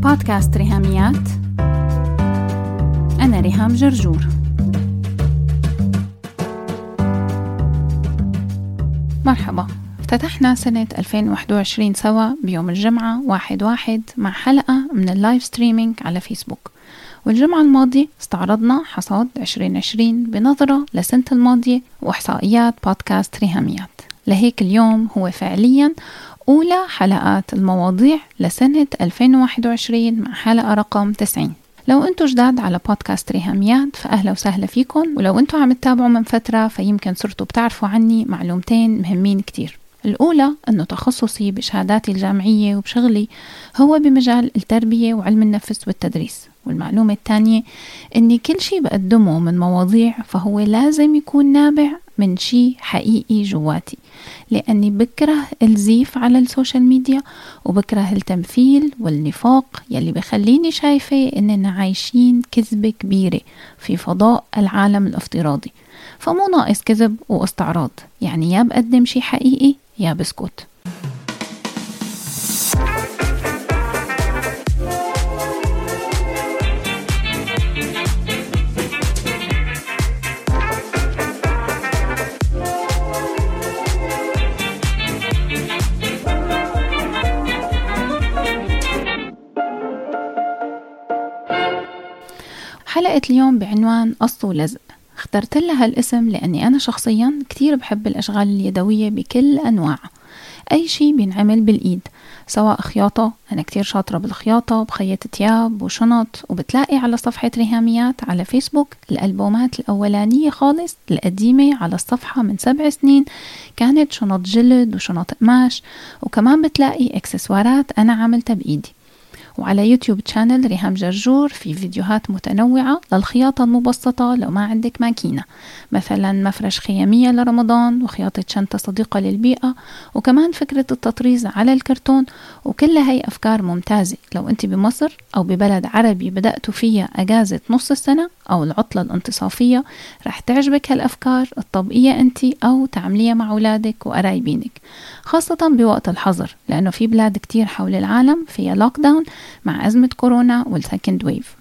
بودكاست ريهاميات. أنا ريهام جرجور. مرحبا، افتتحنا سنة 2021 سوا بيوم الجمعة 1/1 مع حلقة من اللايف ستريمينج على فيسبوك. والجمعة الماضية استعرضنا حصاد 2020 بنظرة لسنة الماضية وإحصائيات بودكاست ريهاميات. لهيك اليوم هو فعليا أولى حلقات المواضيع لسنة 2021 مع حلقة رقم 90. لو أنتوا جداد على بودكاست ريهاميات فأهلا وسهلا فيكم، ولو أنتوا عم تتابعوا من فترة فيمكن صرتوا بتعرفوا عني معلومتين مهمين كتير. الأولى أنه تخصصي بشهاداتي الجامعية وبشغلي هو بمجال التربية وعلم النفس والتدريس. والمعلومة الثانية أني كل شيء بقدمه من مواضيع فهو لازم يكون نابع من شيء حقيقي جواتي، لأني بكره الزيف على السوشيال ميديا وبكره التمثيل والنفاق يلي بخليني شايفة إننا عايشين كذبة كبيرة في فضاء العالم الافتراضي. فمو ناقص كذب واستعراض، يعني يا بقدم شيء حقيقي يا بسكت. حلقة اليوم بعنوان قص ولزق. اخترت لها الاسم لأني أنا شخصيا كتير بحب الأشغال اليدوية بكل أنواعها. أي شيء بينعمل بالإيد، سواء خياطة، أنا كتير شاطرة بالخياطة، بخيط تياب وشنط. وبتلاقي على صفحة ريهاميات على فيسبوك الألبومات الأولانية خالص القديمة على الصفحة من 7 سنين كانت شنط جلد وشنط قماش، وكمان بتلاقي إكسسوارات أنا عملتها بإيدي. وعلى يوتيوب تشانل ريهام جرجور في فيديوهات متنوعة للخياطة المبسطة لو ما عندك ماكينة، مثلا مفرش خيامية لرمضان وخياطة شنطة صديقة للبيئة، وكمان فكرة التطريز على الكرتون. وكل هاي أفكار ممتازة لو أنت بمصر أو ببلد عربي بدأتوا فيها أجازة نص السنة أو العطلة الانتصافية. رح تعجبك هالأفكار تطبقيها أنت أو تعمليها مع أولادك وقرايبينك، خاصة بوقت الحظر، لأنه في بلاد كتير حول العالم فيها لوك داون مع أزمة كورونا والسكند ويف.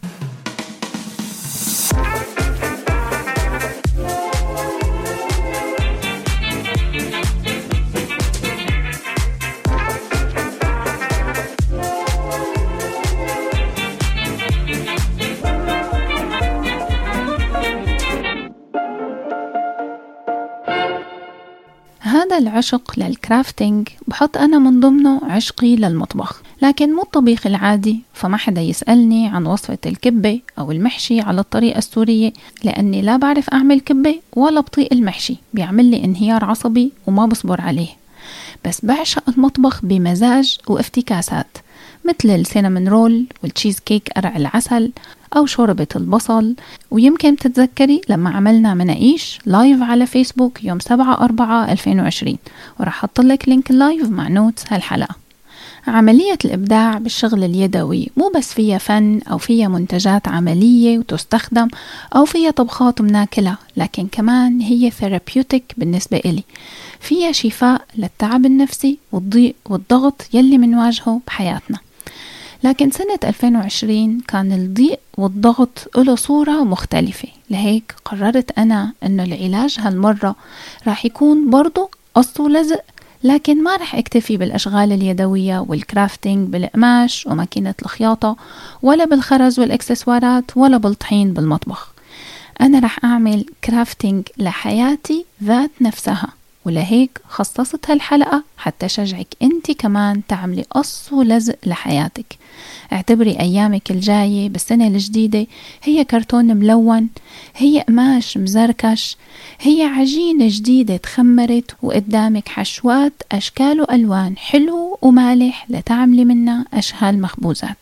هذا العشق للكرافتينج بحط أنا من ضمنه عشقي للمطبخ، لكن مو الطبيخ العادي. فما حدا يسألني عن وصفة الكبة أو المحشي على الطريقة السورية، لأني لا بعرف أعمل كبة ولا بطيق المحشي، بيعمل لي انهيار عصبي وما بصبر عليه. بس بعشق المطبخ بمزاج وافتكاسات، مثل السينامون رول والتشيز كيك قرع العسل أو شوربة البصل. ويمكن تتذكري لما عملنا مناقيش لايف على فيسبوك يوم 7/4/2020، ورح أحط لك لينك اللايف مع نوتس هالحلقة. عملية الإبداع بالشغل اليدوي مو بس فيها فن أو فيها منتجات عملية وتستخدم أو فيها طبخات مناكلة، لكن كمان هي ثيرابيوتيك بالنسبة إلي، فيها شفاء للتعب النفسي والضيق والضغط يلي منواجهه بحياتنا. لكن سنة 2020 كان الضيق والضغط له صورة مختلفة، لهيك قررت أنا أنه العلاج هالمرة راح يكون برضو قص ولزق، لكن ما رح اكتفي بالأشغال اليدوية والكرافتينج بالقماش وماكينة الخياطة، ولا بالخرز والإكسسوارات، ولا بالطحين بالمطبخ. أنا رح أعمل كرافتينج لحياتي ذات نفسها. ولهيك خصصت هالحلقة حتى شجعك أنت كمان تعملي قص ولزق لحياتك. اعتبري أيامك الجاية بالسنة الجديدة هي كرتون ملون، هي قماش مزركش، هي عجينة جديدة تخمرت وقدامك حشوات أشكال وألوان حلو ومالح لتعملي منها أشهى مخبوزات.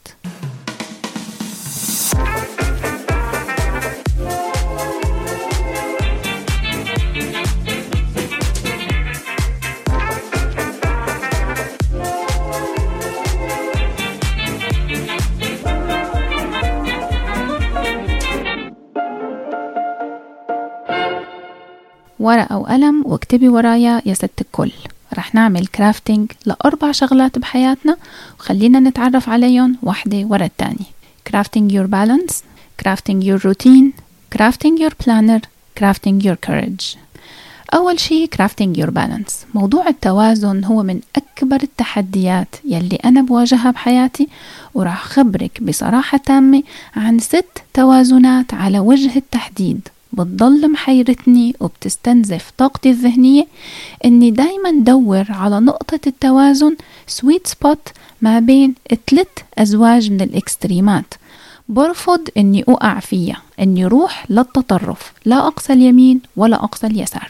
ورقة وقلم واكتبي ورايا يا ست الكل. رح نعمل كرافتنج ل4 شغلات بحياتنا، وخلينا نتعرف عليهم واحدة ورا التانية. crafting your balance, crafting your routine, crafting your planner, crafting your courage. أول شيء crafting your balance. موضوع التوازن هو من أكبر التحديات يلي أنا بواجهها بحياتي، وراح خبرك بصراحة تامة عن 6 توازنات على وجه التحديد بتضل محيرتني وبتستنزف طاقتي الذهنية، إني دايما دور على نقطة التوازن sweet spot ما بين 3 أزواج من الإكستريمات. برفض إني أقع فيها، إني روح للتطرف، لا أقصى اليمين ولا أقصى اليسار.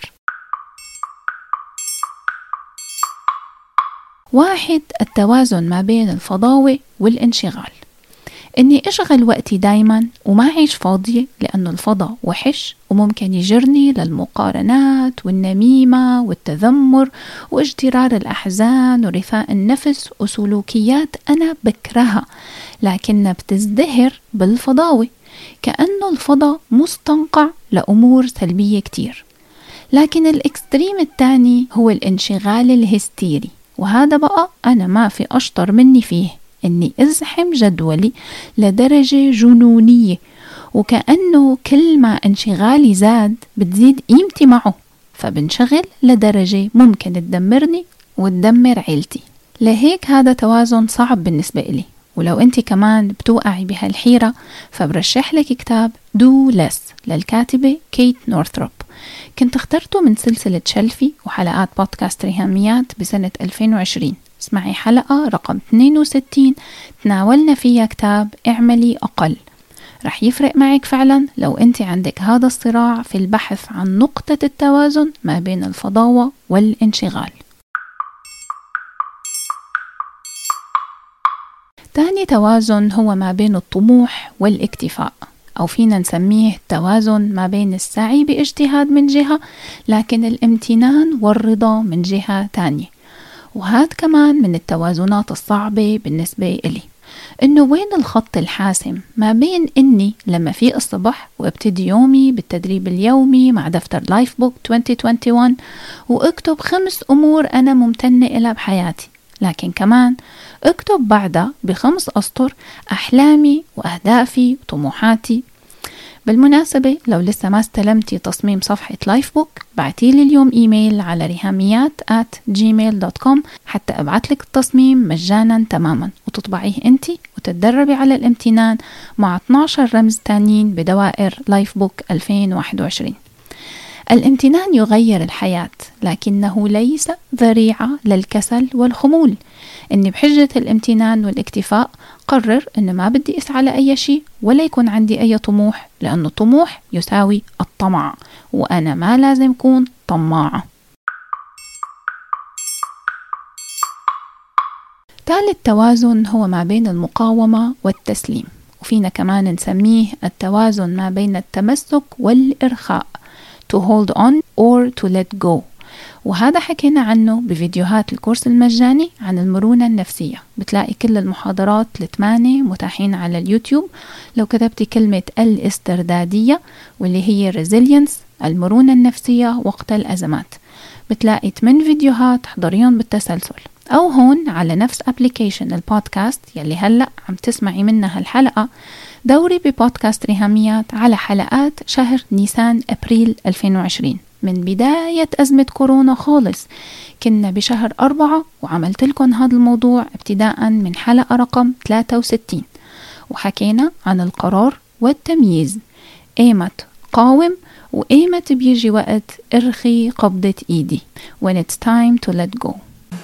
1. التوازن ما بين الفضاوة والانشغال. إني أشغل وقتي دايما وما أعيش فاضية، لأنه الفضاء وحش وممكن يجرني للمقارنات والنميمة والتذمر واجترار الأحزان ورثاء النفس وسلوكيات أنا بكرهها، لكنها بتزدهر بالفضاوة، كأنه الفضاء مستنقع لأمور سلبية كتير. لكن الإكستريم الثاني هو الانشغال الهستيري، وهذا بقى أنا ما في أشطر مني فيه، إني أزحم جدولي لدرجة جنونية، وكأنه كل ما انشغالي زاد بتزيد قيمتي معه، فبنشغل لدرجة ممكن تدمرني وتدمر عيلتي. لهيك هذا توازن صعب بالنسبة لي. ولو أنت كمان بتوقعي بهالحيرة، فبرشح لك كتاب Do Less للكاتبة كيت نورثروب. كنت اخترته من سلسلة شلفي وحلقات بودكاست ريهاميات بسنة 2020. اسمعي حلقة رقم 62 تناولنا فيها كتاب اعملي أقل. رح يفرق معك فعلا لو أنت عندك هذا الصراع في البحث عن نقطة التوازن ما بين الفضاوة والانشغال. تاني توازن هو ما بين الطموح والاكتفاء، أو فينا نسميه توازن ما بين السعي باجتهاد من جهة، لكن الامتنان والرضا من جهة تانية. وهذا كمان من التوازنات الصعبة بالنسبة إلي، إنه وين الخط الحاسم ما بين إني لما في الصبح وابتدي يومي بالتدريب اليومي مع دفتر لايف بوك 2021 وأكتب 5 أمور أنا ممتنة إلها بحياتي، لكن كمان أكتب بعدها ب5 أسطر أحلامي وأهدافي وطموحاتي. بالمناسبة لو لسه ما استلمتي تصميم صفحة لايف بوك، بعتيلي اليوم إيميل على ريهاميات@gmail.com حتى أبعتلك التصميم مجانا تماما، وتطبعيه أنتي وتتدربي على الامتنان مع 12 رمز تانيين بدوائر لايف بوك 2021. الامتنان يغير الحياة، لكنه ليس ذريعة للكسل والخمول. إني بحجة الامتنان والاكتفاء قرر إن ما بدي أسعى لأي شيء ولا يكون عندي أي طموح، لأنه الطموح يساوي الطمع، وأنا ما لازم أكون طماعة. ثالث توازن هو ما بين المقاومة والتسليم، وفينا كمان نسميه التوازن ما بين التمسك والإرخاء to hold on or to let go. وهذا حكينا عنه بفيديوهات الكورس المجاني عن المرونة النفسية. بتلاقي كل المحاضرات 8 متاحين على اليوتيوب. لو كتبتي كلمة الاستردادية واللي هي resilience، المرونة النفسية وقت الأزمات، بتلاقي 8 فيديوهات حضريهم بالتسلسل، أو هون على نفس أبليكيشن البودكاست يلي هلأ عم تسمعي منها الحلقة. دوري ببودكاست ريهاميات على حلقات شهر نيسان أبريل 2020 من بداية أزمة كورونا خالص. كنا بشهر 4 وعملت لكم هذا الموضوع ابتداء من حلقة رقم 63، وحكينا عن القرار والتمييز، ايمت قاوم وايمت بيجي وقت ارخي قبضة ايدي when it's time to let go.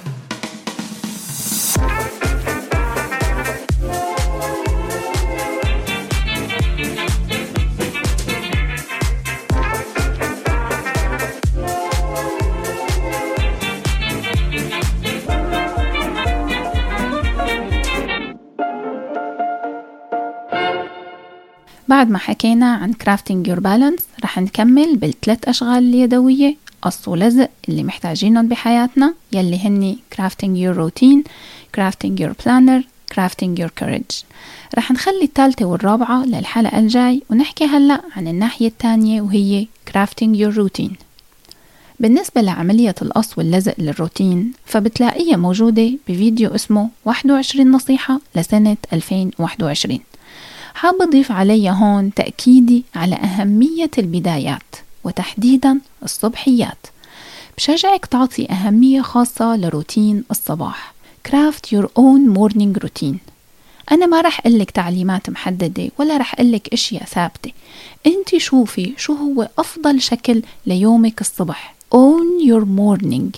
بعد ما حكينا عن crafting your balance، رح نكمل بال3 أشغال اليدوية قص ولزق اللي محتاجينهم بحياتنا، يلي هني crafting your routine, crafting your planner, crafting your courage. رح نخلي الثالثة والرابعة للحلقة الجاي، ونحكي هلأ عن الناحية الثانية وهي crafting your routine. بالنسبة لعملية القص واللزق للروتين فبتلاقيها موجودة بفيديو اسمه 21 نصيحة لسنة 2021. حابة أضيف عليها هون تأكيدي على أهمية البدايات وتحديدا الصبحيات. بشجعك تعطي أهمية خاصة لروتين الصباح. Craft your own morning routine. أنا ما رح قلك تعليمات محددة ولا رح قلك أشياء ثابتة. أنت شوفي شو هو أفضل شكل ليومك الصبح. Own your morning.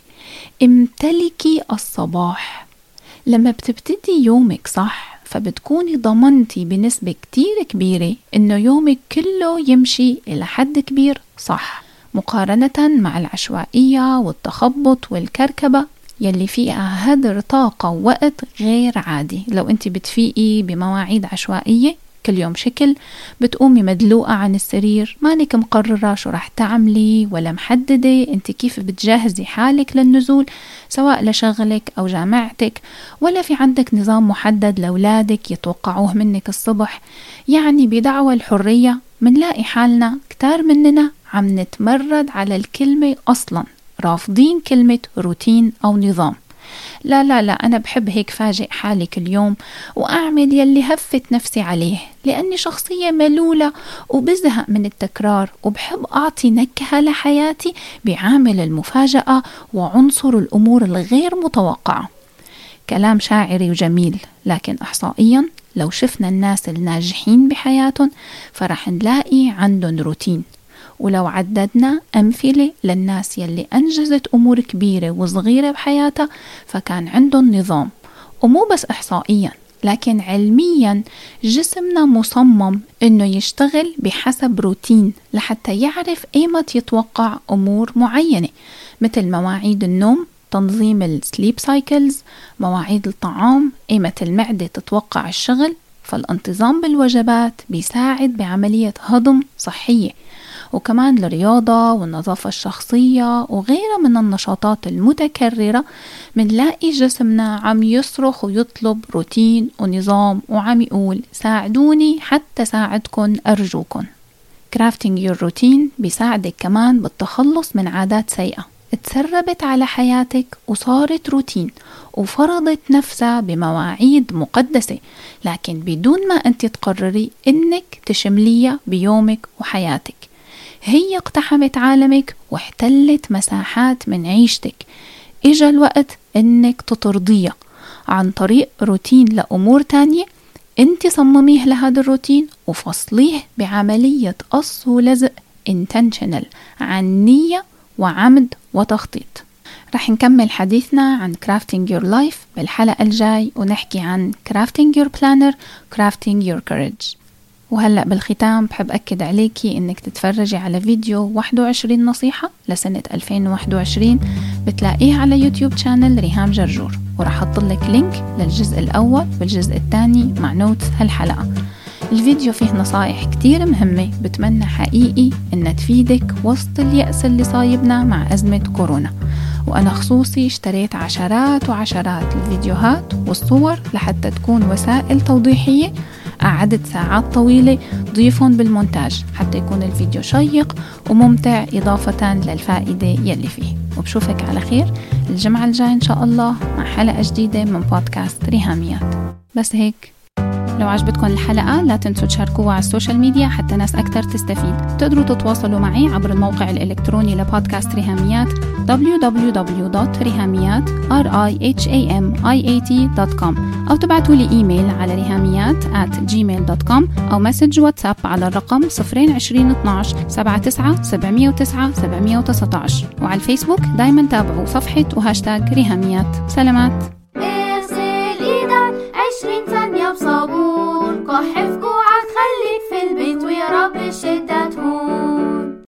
امتلكي الصباح. لما بتبتدي يومك صح فبتكوني ضمنتي بنسبة كتير كبيرة إنه يومك كله يمشي إلى حد كبير صح، مقارنة مع العشوائية والتخبط والكركبة يلي فيها هدر طاقة ووقت غير عادي. لو انت بتفيقي بمواعيد عشوائية كل يوم شكل، بتقومي مدلوقة عن السرير، مانك مقررة شو رح تعملي ولا محددة انت كيف بتجهزي حالك للنزول سواء لشغلك أو جامعتك، ولا في عندك نظام محدد لأولادك يتوقعوه منك الصبح. يعني بدعوى الحرية منلاقي حالنا كتار مننا عم نتمرد على الكلمة أصلا، رافضين كلمة روتين أو نظام. لا لا لا، أنا بحب هيك فاجئ حالي كل يوم وأعمل يلي هفت نفسي عليه، لأني شخصية ملولة وبزهق من التكرار وبحب أعطي نكهة لحياتي بعامل المفاجأة وعنصر الأمور الغير متوقعة. كلام شاعري وجميل، لكن إحصائيا لو شفنا الناس الناجحين بحياتهم فرح نلاقي عندهم روتين. ولو عددنا أمثلة للناس يلي أنجزت أمور كبيرة وصغيرة بحياتها فكان عندهم نظام. ومو بس إحصائيا لكن علميا جسمنا مصمم إنه يشتغل بحسب روتين لحتى يعرف إيمت يتوقع أمور معينة، مثل مواعيد النوم، تنظيم السليب سايكلز، مواعيد الطعام، إيمت المعدة تتوقع الشغل. فالانتظام بالوجبات بيساعد بعملية هضم صحية، وكمان الرياضة والنظافة الشخصية وغيرها من النشاطات المتكررة منلاقي جسمنا عم يصرخ ويطلب روتين ونظام وعم يقول ساعدوني حتى ساعدكن أرجوكن. Crafting your routine بيساعدك كمان بالتخلص من عادات سيئة اتسربت على حياتك وصارت روتين وفرضت نفسها بمواعيد مقدسة، لكن بدون ما أنت تقرري إنك تشمليها بيومك وحياتك. هي اقتحمت عالمك واحتلت مساحات من عيشتك. إجا الوقت إنك تطرديها عن طريق روتين لأمور تانية انت صمميه لهذا الروتين وفصليه بعملية قص ولزق intentional عن نية وعمد وتخطيط. رح نكمل حديثنا عن crafting your life بالحلقة الجاي ونحكي عن crafting your planner crafting your courage. وهلأ بالختام بحب أكد عليكي إنك تتفرجي على فيديو 21 نصيحة لسنة 2021 بتلاقيه على يوتيوب شانل ريهام جرجور، ورح أحطلك لينك للجزء الأول والجزء الثاني مع نوتس هالحلقة. الفيديو فيه نصائح كتير مهمة بتمنى حقيقي إنها تفيدك وسط اليأس اللي صايبنا مع أزمة كورونا. وأنا خصوصي اشتريت عشرات وعشرات الفيديوهات والصور لحتى تكون وسائل توضيحية. قعدت ساعات طويلة ضيفهم بالمونتاج حتى يكون الفيديو شيق وممتع إضافة للفائدة يلي فيه. وبشوفك على خير الجمعة الجاي إن شاء الله مع حلقة جديدة من بودكاست ريهاميات. بس هيك، لو عجبتكم الحلقة لا تنسوا تشاركوها على السوشيال ميديا حتى ناس أكتر تستفيد. تقدروا تتواصلوا معي عبر الموقع الإلكتروني لبودكاست ريهاميات www.rihamiat.com أو تبعتوا لي إيميل على rihamiyat@gmail.com أو مسج واتساب على الرقم 020 12 79 709 719. وعلى الفيسبوك دايما تابعوا صفحة وهاشتاج ريهاميات. سلامات.